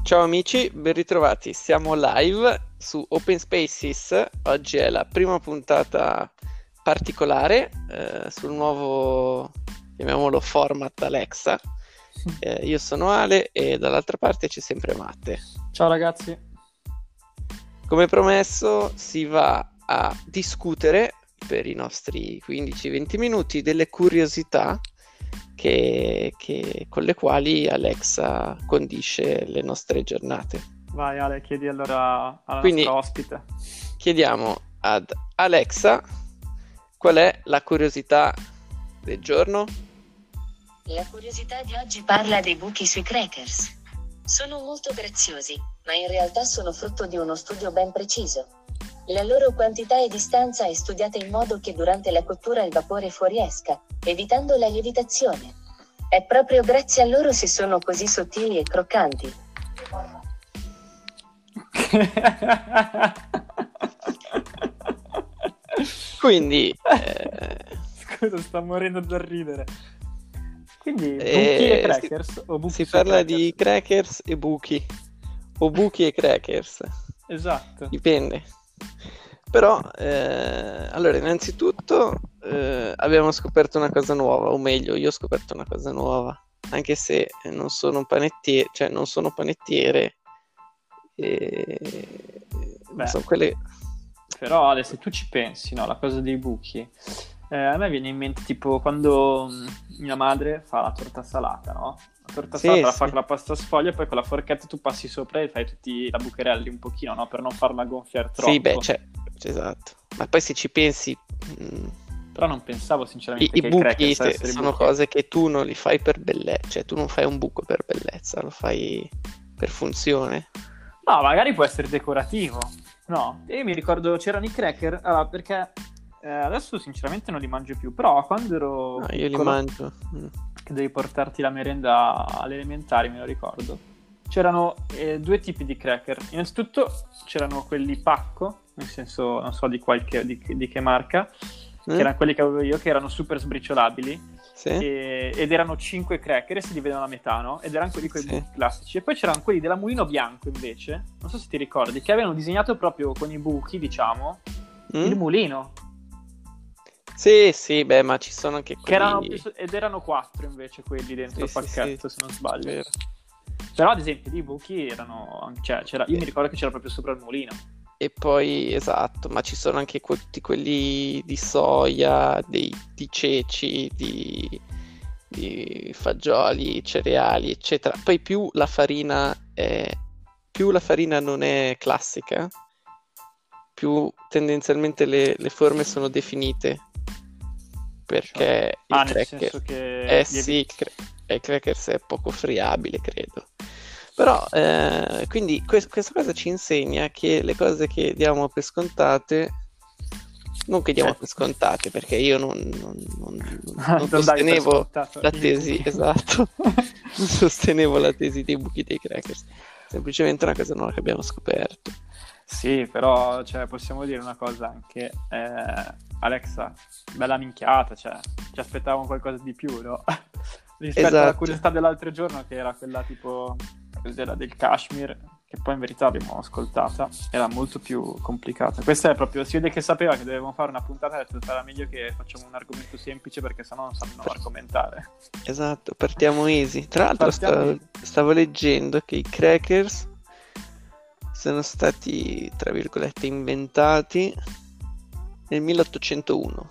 Ciao amici, ben ritrovati. Siamo live su Open Spaces. Oggi è la prima puntata particolare sul nuovo, chiamiamolo format Alexa. Io sono Ale e dall'altra parte c'è sempre Matte. Ciao ragazzi. Come promesso si va a discutere per i nostri 15-20 minuti delle curiosità con le quali Alexa condisce le nostre giornate. Vai Ale, chiedi allora alla Quindi nostra ospite. chiediamo ad Alexa qual è la curiosità del giorno. La curiosità di oggi parla dei buchi sui crackers. Sono molto graziosi, ma in realtà sono frutto di uno studio ben preciso. La loro quantità e distanza è studiata in modo che durante la cottura il vapore fuoriesca, evitando la lievitazione. È proprio grazie a loro se sono così sottili e croccanti. Quindi Scusa, sto morendo da ridere. Quindi buchi e crackers o buchi si sui parla crackers? di crackers e buchi o buchi e crackers, Esatto. dipende. Però allora innanzitutto abbiamo scoperto una cosa nuova, o meglio io ho scoperto una cosa nuova, anche se non sono un panettiere, cioè non sono panettiere Beh, sono quelle. però Ale, se tu ci pensi, no, la cosa dei buchi, a me viene in mente tipo quando mia madre fa la torta salata, no? La torta salata la fa con la pasta sfoglia e poi con la forchetta tu passi sopra e fai tutti la bucherelli un pochino, no? Per non farla gonfiare troppo. Sì, beh, esatto. Ma poi se ci pensi, Però non pensavo sinceramente i che i buchi crackers essere sono buchi. cose che tu non li fai per bellezza, cioè tu non fai un buco per bellezza, lo fai per funzione. No, magari può essere decorativo. No, io mi ricordo c'erano i cracker, allora, perché adesso sinceramente non li mangio più, però quando ero No, io li piccolo, mangio. che devi portarti la merenda alle elementari, me lo ricordo, c'erano due tipi di cracker. Innanzitutto c'erano quelli pacco, nel senso non so di che marca, che erano quelli che avevo io, che erano super sbriciolabili. Sì. Ed erano 5 cracker e si dividevano a metà, no? Ed erano quelli con i buchi classici. E poi c'erano quelli della Mulino Bianco invece, non so se ti ricordi, che avevano disegnato proprio con i buchi, diciamo, il mulino. Sì, beh, ma ci sono anche quelli. Che erano ed erano 4 invece quelli dentro il pacchetto, se non sbaglio. Vero. Però ad esempio i buchi erano, cioè, io mi ricordo che c'era proprio sopra il mulino. E poi, esatto, ma ci sono anche tutti quelli di soia, di ceci, di fagioli, cereali, eccetera. Poi più la farina non è classica, più tendenzialmente le forme sono definite. Perché il nel cracker, senso che il crackers è poco friabile, credo. Però, quindi questa cosa ci insegna che le cose che diamo per scontate, non che diamo per scontate, perché io non sostenevo la tesi, esatto, non sostenevo la tesi dei buchi dei crackers, semplicemente una cosa nuova che abbiamo scoperto. Sì, però cioè, possiamo dire una cosa anche, Alexa, bella minchiata, cioè, ci aspettavamo qualcosa di più, no? Rispetto alla curiosità dell'altro giorno, che era quella tipo del Kashmir, che poi in verità abbiamo ascoltata, era molto più complicata. Questa è proprio, si vede che sapeva che dovevamo fare una puntata, ha detto sarà meglio che facciamo un argomento semplice perché sennò non sanno argomentare. Esatto, partiamo easy. Tra l'altro stavo leggendo che i crackers sono stati, tra virgolette, inventati nel 1801.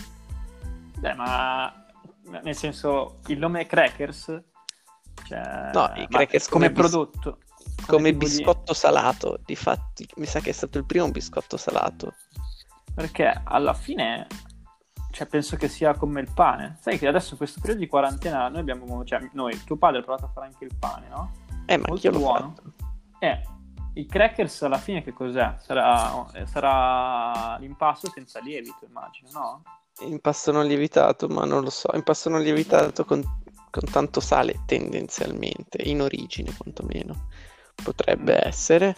Ma nel senso, il nome è crackers? Cioè, no, i crackers come prodotto? Come biscotto salato, difatti, mi sa che è stato il primo biscotto salato. Perché alla fine, cioè, penso che sia come il pane. Sai che adesso in questo periodo di quarantena noi abbiamo, cioè, tuo padre ha provato a fare anche il pane, no? Ma molto buono. I crackers alla fine che cos'è? Sarà l'impasto senza lievito, immagino, no? Impasto non lievitato, ma non lo so. Impasto non lievitato con tanto sale, tendenzialmente, in origine quantomeno. Potrebbe essere.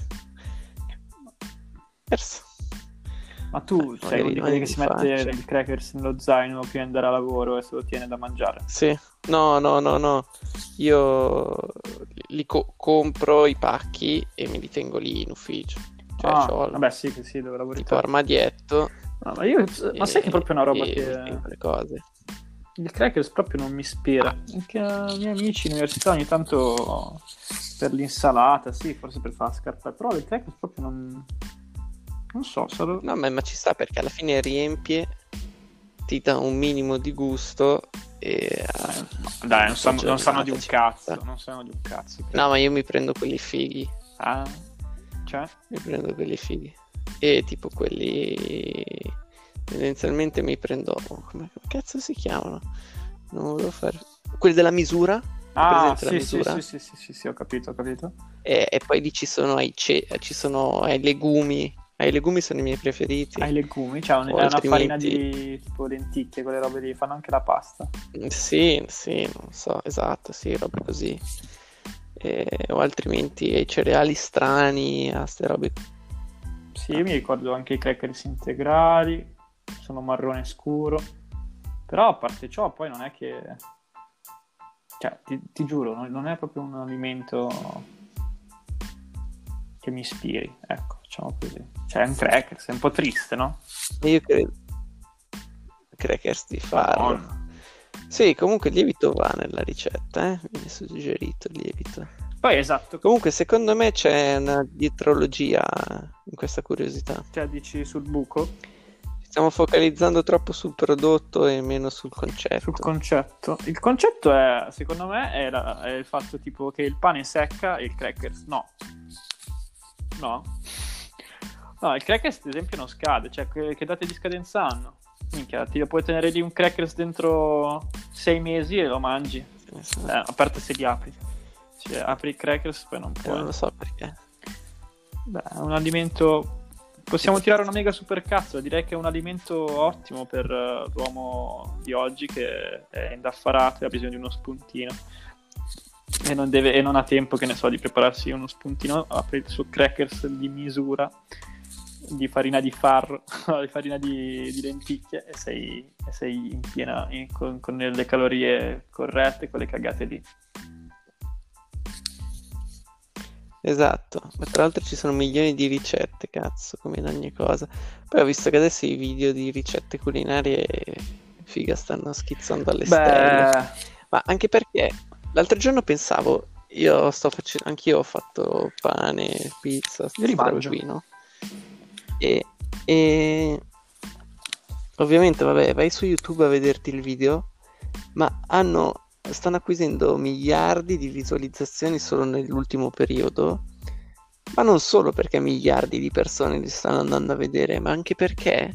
Perso. Ma tu sei uno di quelli che si mette il crackers nello zaino prima di andare a lavoro e se lo tiene da mangiare? Sì. No. Io compro i pacchi e me li tengo lì in ufficio. Cioè, vabbè, sì, dove lavori tipo armadietto. No, ma sai che è proprio una roba che le cose. il crackers proprio non mi ispira. Anche i miei amici in università ogni tanto per l'insalata, sì, forse per fare la scarpa, però il crackers proprio non so. No, ma ci sta, perché alla fine riempie, ti dà un minimo di gusto e dai, non sanno di un cazzo. Non sanno di un cazzo. No, ma io mi prendo quelli fighi. Cioè? Mi prendo quelli fighi. E tipo quelli... Tendenzialmente mi prendo... Come cazzo si chiamano? Non volevo fare... Quelli della misura? Sì, ho capito. E poi lì ci sono ai legumi. Ai legumi sono i miei preferiti. Ai legumi? Cioè è una farina di tipo lenticchie, quelle robe lì. Fanno anche la pasta. Sì, non so, esatto, sì, robe così. O altrimenti ai cereali strani, a ste robe. Sì, io mi ricordo anche i crackers integrali, sono marrone scuro, però a parte ciò poi non è che, cioè ti giuro, non è proprio un alimento che mi ispiri, ecco, diciamo così. Cioè è un crackers, è un po' triste, no? Io credo crackers di farro. No. Sì, comunque il lievito va nella ricetta, viene suggerito il lievito. Poi esatto. Comunque secondo me c'è una dietrologia in questa curiosità. Cioè dici sul buco? Stiamo focalizzando troppo sul prodotto e meno sul concetto. Sul concetto. Il concetto è, secondo me, è il fatto tipo che il pane secca e il crackers no. No, il crackers ad esempio non scade, cioè che date di scadenza hanno? Minchia, ti puoi tenere lì un crackers dentro 6 mesi e lo mangi. A parte se li apri. Cioè, apri il crackers poi non puoi. Non lo so perché. Beh, è un alimento... Possiamo tirare una mega super cazzo. Direi che è un alimento ottimo per l'uomo di oggi che è indaffarato e ha bisogno di uno spuntino. E non ha tempo, che ne so, di prepararsi uno spuntino. Apri il suo crackers di misura di farina di farro, di farina di lenticchie e sei in piena con le calorie corrette, con le cagate lì. Esatto, ma tra l'altro ci sono milioni di ricette, cazzo, come in ogni cosa. Poi ho visto che adesso i video di ricette culinarie figa stanno schizzando alle stelle. Ma anche perché l'altro giorno pensavo, anch'io ho fatto pane, pizza, qui, no? E ovviamente, vabbè, vai su YouTube a vederti il video, ma stanno acquisendo miliardi di visualizzazioni solo nell'ultimo periodo, ma non solo perché miliardi di persone li stanno andando a vedere, ma anche perché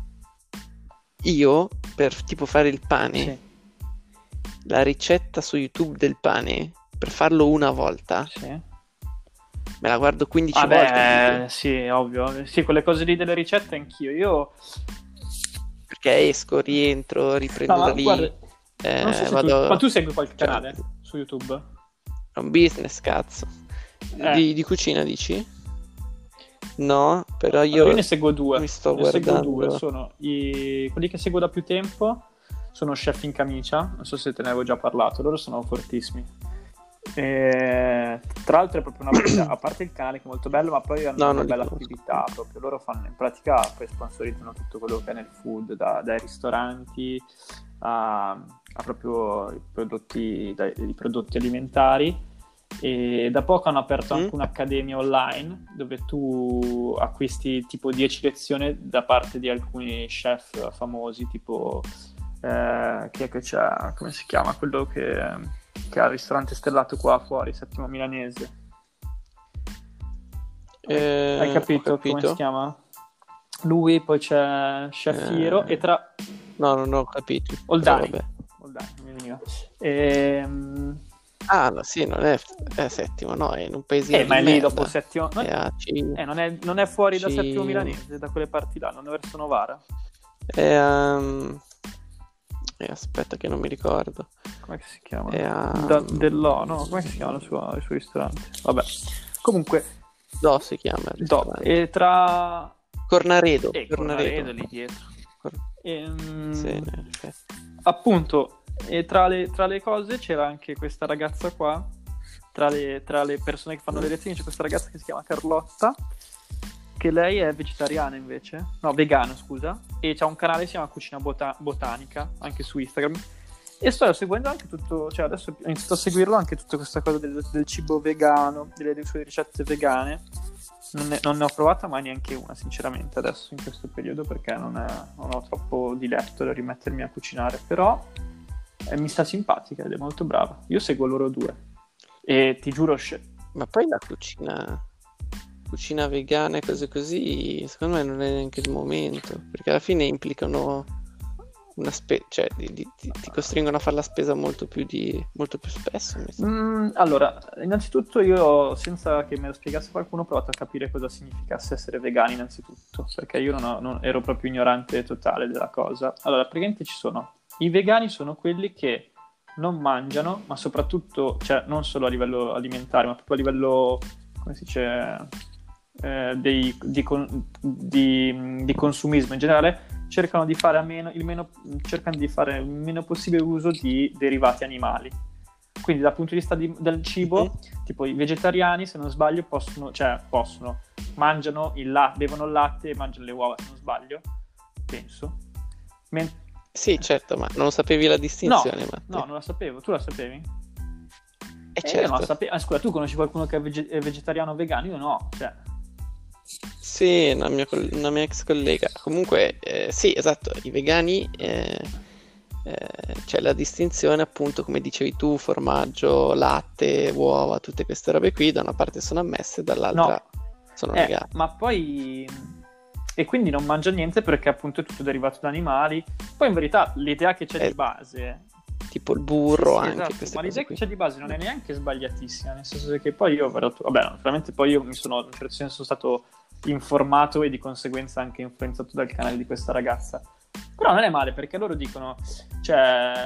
io, per tipo fare il pane, sì, la ricetta su YouTube del pane, per farlo una volta, sì, me la guardo 15 volte. Sì, ovvio. Sì, quelle cose lì delle ricette anch'io. Perché esco, rientro, riprendo da lì. Guarda, non so se ma tu segui qualche canale su YouTube? È un business, cazzo. Di cucina, dici? No, però io ne seguo due. Mi sto guardando. Sono quelli che seguo da più tempo. Sono Chef in Camicia, non so se te ne avevo già parlato, loro sono fortissimi. Tra l'altro è proprio una a parte il canale che è molto bello, ma poi hanno una bella attività proprio. Loro fanno in pratica, poi sponsorizzano tutto quello che è nel food, dai ristoranti a proprio i prodotti alimentari. E da poco hanno aperto anche un'accademia online dove tu acquisti tipo 10 lezioni da parte di alcuni chef famosi, tipo chi è che c'è, come si chiama quello che ha il ristorante stellato qua fuori, Settimo Milanese, hai capito come si chiama? Lui, poi c'è Chef Hiro e tra... No, non ho capito. Oldani, mi veniva. No, sì, non è Settimo, no, è in un paesino ma è lì dopo Settimo, non è fuori da Settimo Milanese, da quelle parti là, non è verso Novara. Aspetta che non mi ricordo. Come si chiama? No, come si chiama il suo ristorante? Vabbè, comunque Do si chiama il ristorante. E tra Cornaredo lì dietro. Sì, appunto, e tra le cose c'era anche questa ragazza qua tra le persone che fanno le lezioni c'è questa ragazza che si chiama Carlotta, che lei è vegetariana invece, no, vegana scusa, e c'ha un canale che si chiama Cucina Botanica, anche su Instagram, e sto seguendo anche tutto, cioè adesso ho iniziato a seguirlo anche tutta questa cosa del cibo vegano, delle sue ricette vegane. Non ne ho provata mai neanche una, sinceramente, adesso in questo periodo, perché non ho troppo diletto da rimettermi a cucinare, però mi sta simpatica ed è molto brava. Io seguo loro due e ti giuro... Ma poi la cucina vegana e cose così, secondo me non è neanche il momento, perché alla fine implicano cioè ti costringono a fare la spesa molto più spesso. Allora, innanzitutto io, senza che me lo spiegasse qualcuno, ho provato a capire cosa significasse essere vegani innanzitutto, perché io non ero proprio ignorante totale della cosa. Allora, praticamente i vegani sono quelli che non mangiano, ma soprattutto, cioè non solo a livello alimentare, ma proprio a livello, come si dice, di consumismo in generale, cercano di fare il meno possibile uso di derivati animali. Quindi dal punto di vista del cibo, tipo i vegetariani, se non sbaglio, mangiano bevono il latte e mangiano le uova, se non sbaglio, penso. Sì, certo, ma non sapevi la distinzione? No, non la sapevo. Tu la sapevi? Certo. Io non la sapevo. Scusa, tu conosci qualcuno che è vegetariano o vegano? Io no, cioè... Sì, una mia ex collega. Comunque, sì, esatto, i vegani c'è la distinzione, appunto, come dicevi tu, formaggio, latte, uova, tutte queste robe qui, da una parte sono ammesse, dall'altra sono negate. Ma poi... E quindi non mangia niente perché appunto è tutto derivato da animali. Poi in verità l'idea che c'è di base... Tipo il burro, sì, anche esatto, ma l'idea che c'è di base non è neanche sbagliatissima, nel senso che poi io naturalmente poi io mi sono in un certo senso stato informato e di conseguenza anche influenzato dal canale di questa ragazza, però non è male, perché loro dicono, cioè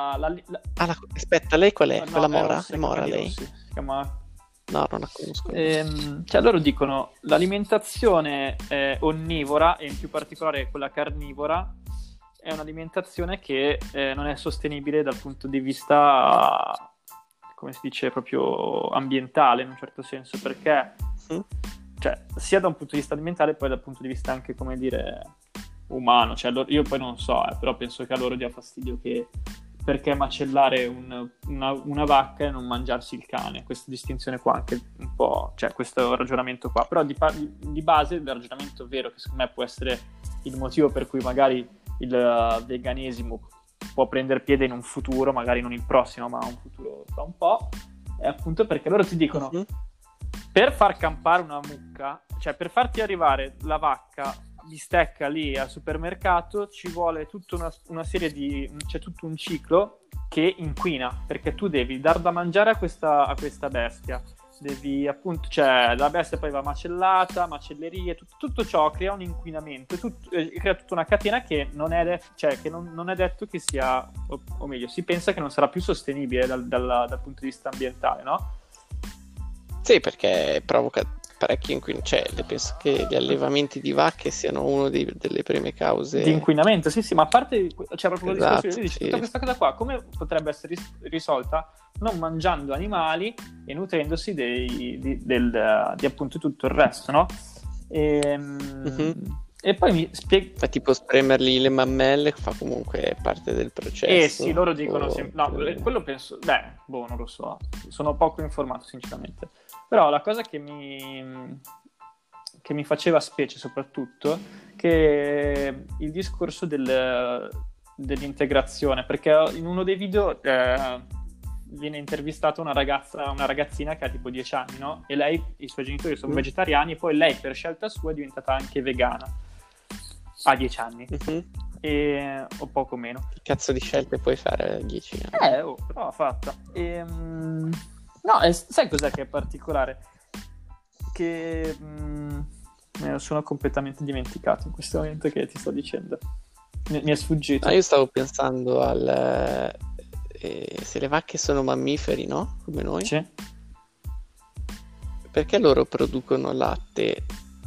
aspetta, lei qual è? No, Quella Mora? Rossi, È Mora lei? Rossi, si chiama... No, non la conosco. Cioè loro dicono l'alimentazione onnivora, e in più particolare quella carnivora, è un'alimentazione che non è sostenibile dal punto di vista, come si dice, proprio ambientale, in un certo senso, perché cioè, sia da un punto di vista alimentare, poi dal punto di vista anche, come dire, umano. Cioè, io poi non so, però penso che a loro dia fastidio che perché macellare una vacca e non mangiarsi il cane. Questa distinzione qua anche un po', cioè questo ragionamento qua, però di base il ragionamento vero, che secondo me può essere il motivo per cui magari il veganesimo può prendere piede in un futuro, magari non il prossimo, ma un futuro tra un po', è appunto perché loro ti dicono per far campare una mucca, cioè per farti arrivare la vacca bistecca lì al supermercato, ci vuole tutta una serie c'è tutto un ciclo che inquina, perché tu devi dar da mangiare a questa bestia, devi appunto, cioè la bestia poi va macellata, macellerie, tutto ciò crea un inquinamento, crea tutta una catena che non è non è detto che sia, o meglio, si pensa che non sarà più sostenibile dal punto di vista ambientale, no? Sì, perché provoca parecchio inquinamento, cioè penso che gli allevamenti di vacche siano una delle prime cause di inquinamento, sì, ma a parte, cioè proprio il discorso che dici, sì. Tutta questa cosa qua come potrebbe essere risolta non mangiando animali e nutrendosi di appunto tutto il resto, no? E poi mi spieghi... tipo spremergli le mammelle fa comunque parte del processo. Sì, loro dicono quello penso, non lo so, sono poco informato sinceramente, però la cosa che mi faceva specie soprattutto che il discorso dell'integrazione, perché in uno dei video viene intervistata una ragazzina che ha tipo 10 anni, no? E lei, i suoi genitori sono vegetariani, e poi lei per scelta sua è diventata anche vegana a 10 anni o poco meno. Che cazzo di scelte puoi fare a 10 anni? Però l'ha fatta. Sai cos'è che è particolare? Che me lo sono completamente dimenticato in questo momento che ti sto dicendo. Mi è sfuggito. Io stavo pensando se le vacche sono mammiferi, no? Come noi. Sì. Perché loro producono latte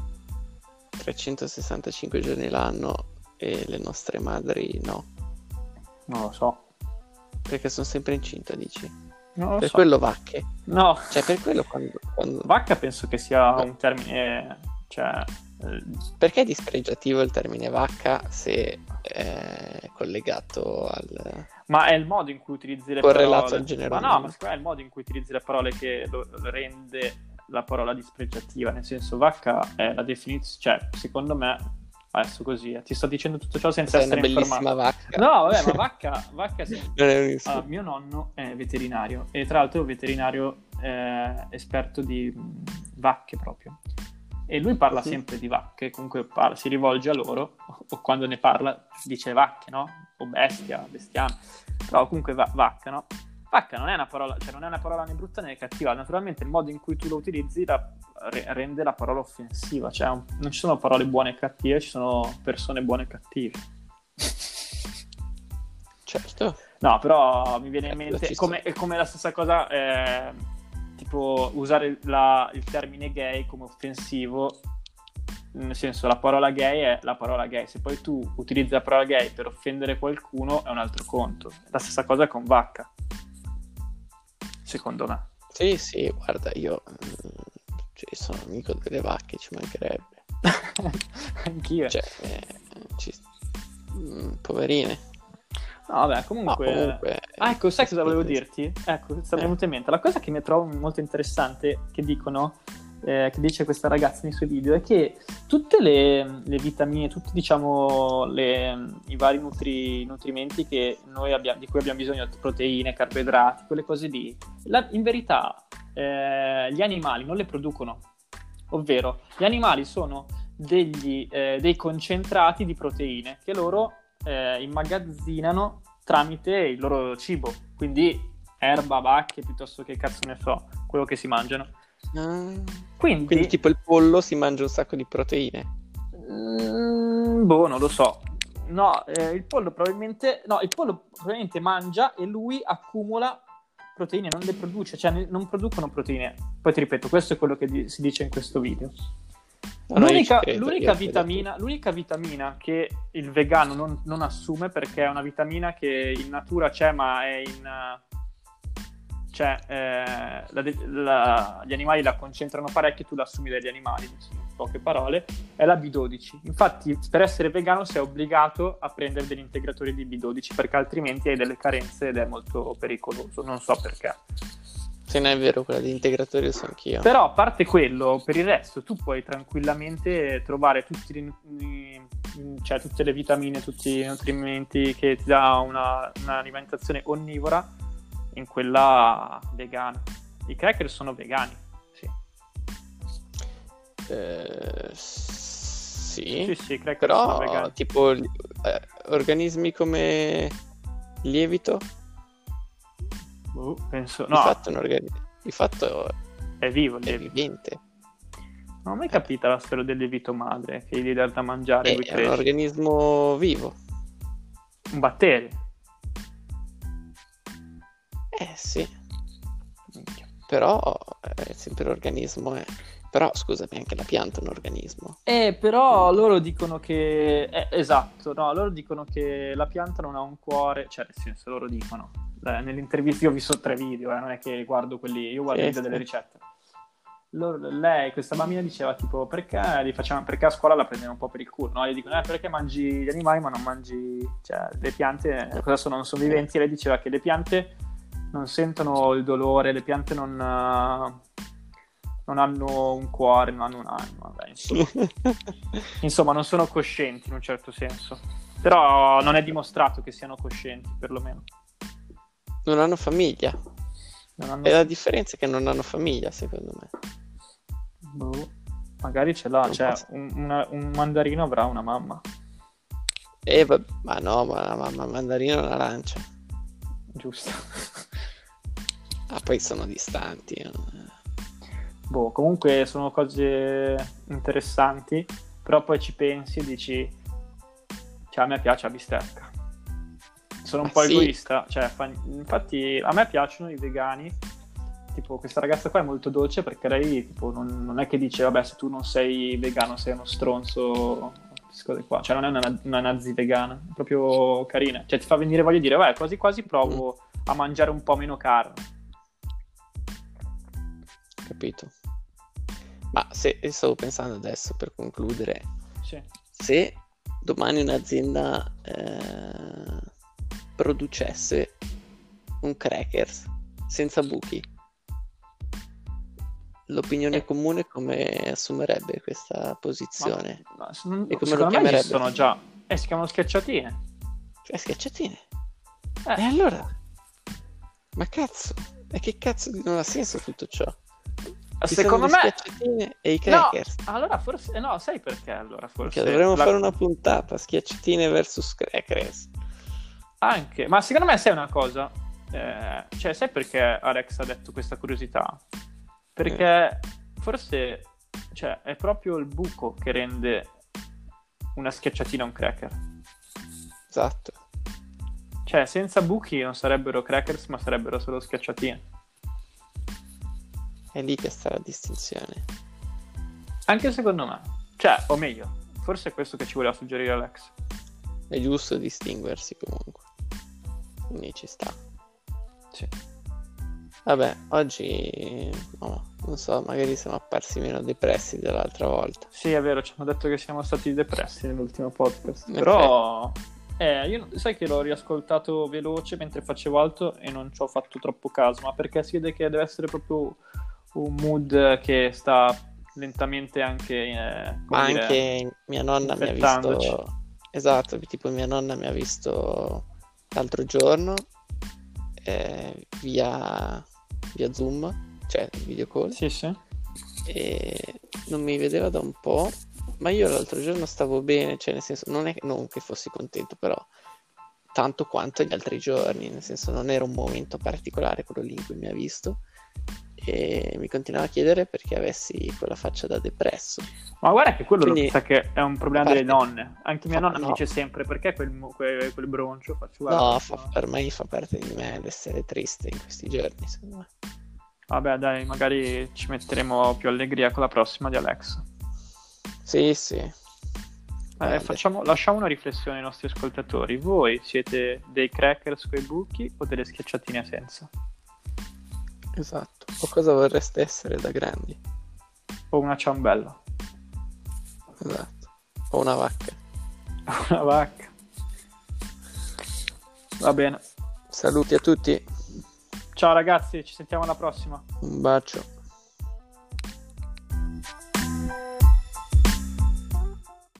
365 giorni l'anno e le nostre madri no? Non lo so. Perché sono sempre incinta, dici? Non lo Per so. quello vacche. No, Cioè, per quello quando... vacca penso che sia No. un termine, cioè, Perché è dispregiativo il termine vacca se è collegato al... ma è il modo in cui utilizzi le correlato parole. al genere Ma no, umano. ma secondo me è il modo in cui utilizzi le parole che lo rende la parola dispregiativa. Nel senso, vacca è la definizione, cioè, secondo me, adesso così, ti sto dicendo tutto ciò senza Sei una essere bellissima informato. vacca. No, vabbè, ma vacca sì. Non è un insulto. Allora, mio nonno è veterinario e tra l'altro veterinario esperto di vacche proprio. E lui parla Sì. sempre di vacche, comunque si rivolge a loro, o quando ne parla dice vacche, no? O bestia, bestiame. Però comunque vacca, no? Vacca non è una parola, cioè non è una parola né brutta né cattiva, naturalmente il modo in cui tu lo utilizzi rende la parola offensiva, cioè non ci sono parole buone e cattive, ci sono persone buone e cattive. Certo. No, però mi viene in Quello mente ci come la stessa cosa, tipo usare il termine gay come offensivo, nel senso la parola gay è la parola gay, se poi tu utilizzi la parola gay per offendere qualcuno è un altro conto. La stessa cosa con vacca, secondo me. Sì, guarda, io sono amico delle vacche, ci mancherebbe. Anch'io. Cioè, poverine. No, vabbè, comunque... No, comunque... ecco, sai cosa volevo sì. dirti? Ecco, sta venuta in mente. La cosa che mi trovo molto interessante che dicono, che dice questa ragazza nei suoi video, è che tutte le vitamine, tutti diciamo i vari nutrimenti che di cui abbiamo bisogno, proteine, carboidrati, quelle cose lì, in verità gli animali non le producono. Ovvero, gli animali sono dei concentrati di proteine che loro immagazzinano tramite il loro cibo, quindi erba, vacche, piuttosto che cazzo ne so, quello che si mangiano. Quindi tipo il pollo si mangia un sacco di proteine? Boh, non lo so. No, il pollo probabilmente mangia e lui accumula proteine, non le produce, cioè non producono proteine. Poi ti ripeto, questo è quello che si dice in questo video. L'unica vitamina che il vegano non assume, perché è una vitamina che in natura c'è, ma è gli animali la concentrano parecchio, tu la assumi dagli animali, in poche parole, è la B12. Infatti, per essere vegano sei obbligato a prendere degli integratori di B12, perché altrimenti hai delle carenze ed è molto pericoloso, non so perché. Se non è vero, quella di integratori lo so anch'io. Però a parte quello, per il resto tu puoi tranquillamente trovare tutte le vitamine, tutti i nutrimenti che ti dà un'alimentazione onnivora in quella vegana. I cracker sono vegani, sì. Sì, Sì, i cracker sono però vegani. tipo organismi come lievito? Penso, Di no, fatto di fatto è vivo, è vivente. non ho mai capito la storia del lievito madre che gli dà da mangiare e lui È un cresce. organismo vivo. Un batterio. Sì. Però è sempre l'organismo. Però scusami, anche la pianta è un organismo. Però loro dicono che esatto, no, loro dicono che la pianta non ha un cuore, cioè nel senso loro dicono, nell'intervista io ho visto 3 video, non è che guardo quelli, io guardo i video delle ricette. Lei, questa bambina diceva tipo perché a scuola la prendono un po' per il culo, no? Gli dicono perché mangi gli animali ma non mangi, cioè le piante cosa sono, non sono viventi, e lei diceva che le piante non sentono il dolore, le piante non hanno un cuore, non hanno un'anima, insomma non sono coscienti in un certo senso, però non è dimostrato che siano coscienti, perlomeno non hanno famiglia. E la differenza è che non hanno famiglia, secondo me. Magari ce l'ha, cioè un mandarino avrà una mamma. Ma no, ma la mamma mandarino è una lancia. Giusto. Poi sono distanti. Comunque sono cose interessanti, però poi ci pensi e dici, cioè a me piace la bistecca. Sono un po' egoista, cioè infatti a me piacciono i vegani, tipo questa ragazza qua è molto dolce perché lei tipo non è che dice vabbè se tu non sei vegano sei uno stronzo, queste cose qua, cioè non è una nazi vegana, è proprio carina, cioè ti fa venire voglia di dire vabbè quasi quasi provo a mangiare un po' meno carne, capito. Ma se stavo pensando adesso, per concludere, Sì. se domani un'azienda producesse un crackers senza buchi, l'opinione comune come assumerebbe questa posizione? E come lo Secondo me chiamerebbe? esistono già. Si chiamano schiacciatine. Schiacciatine. E allora? Ma cazzo, e che cazzo non ha senso tutto ciò? Secondo me schiacciatine e i crackers. No, allora forse no, sai perché allora forse Perché dovremmo fare una puntata schiacciatine versus crackers. Anche, ma secondo me sai una cosa, cioè sai perché Alex ha detto questa curiosità? Perché forse, cioè, è proprio il buco che rende una schiacciatina un cracker. Esatto. Cioè, senza buchi non sarebbero crackers, ma sarebbero solo schiacciatine. È lì che sta la distinzione. Anche secondo me. Cioè, o meglio, forse è questo che ci voleva suggerire Alex. È giusto distinguersi comunque. Quindi ci sta. Sì. Vabbè, oggi no, non so, magari siamo apparsi meno depressi dell'altra volta. Sì, è vero, ci hanno detto che siamo stati depressi nell'ultimo podcast. Però io sai che l'ho riascoltato veloce mentre facevo altro e non ci ho fatto troppo caso, ma perché si vede che deve essere proprio un mood che sta lentamente anche ma anche mia nonna mi ha infettandoci. visto, esatto, tipo mia nonna mi ha visto l'altro giorno via Zoom, cioè video call, Sì, sì. e non mi vedeva da un po', ma io l'altro giorno stavo bene, cioè nel senso non che fossi contento, però tanto quanto gli altri giorni, nel senso non era un momento particolare quello lì in cui mi ha visto, e mi continuava a chiedere perché avessi quella faccia da depresso. Ma guarda che quello Quindi, lo sa che è un problema delle nonne. Anche mia nonna mi no. dice sempre perché quel broncio. Faccio, No, guarda, per me fa parte di me l'essere triste in questi giorni, secondo me. Vabbè, dai, magari ci metteremo più allegria con la prossima di Alex. Sì, sì. Lasciamo una riflessione ai nostri ascoltatori. Voi siete dei crackers coi buchi o delle schiacciatine senza? Esatto. O cosa vorreste essere da grandi? O una ciambella? Esatto. O una vacca. Una vacca. Va bene. Saluti a tutti. Ciao ragazzi, ci sentiamo alla prossima. Un bacio.